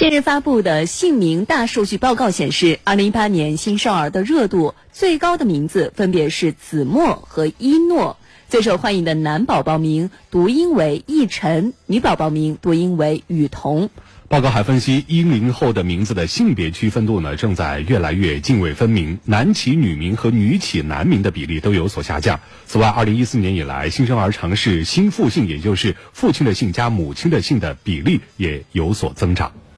近日发布的姓名大数据报告显示，2018年新生儿的热度最高的名字分别是子墨和一诺，最受欢迎的男宝宝名读音为奕晨，女宝宝名读音为雨桐。 报告还分析，10后的名字的性别区分度呢，正在越来越泾渭分明，男起女名和女起男名的比例都有所下降。此外，2014年以来，新生儿尝试新父姓，也就是父亲的姓加母亲的姓的比例也有所增长。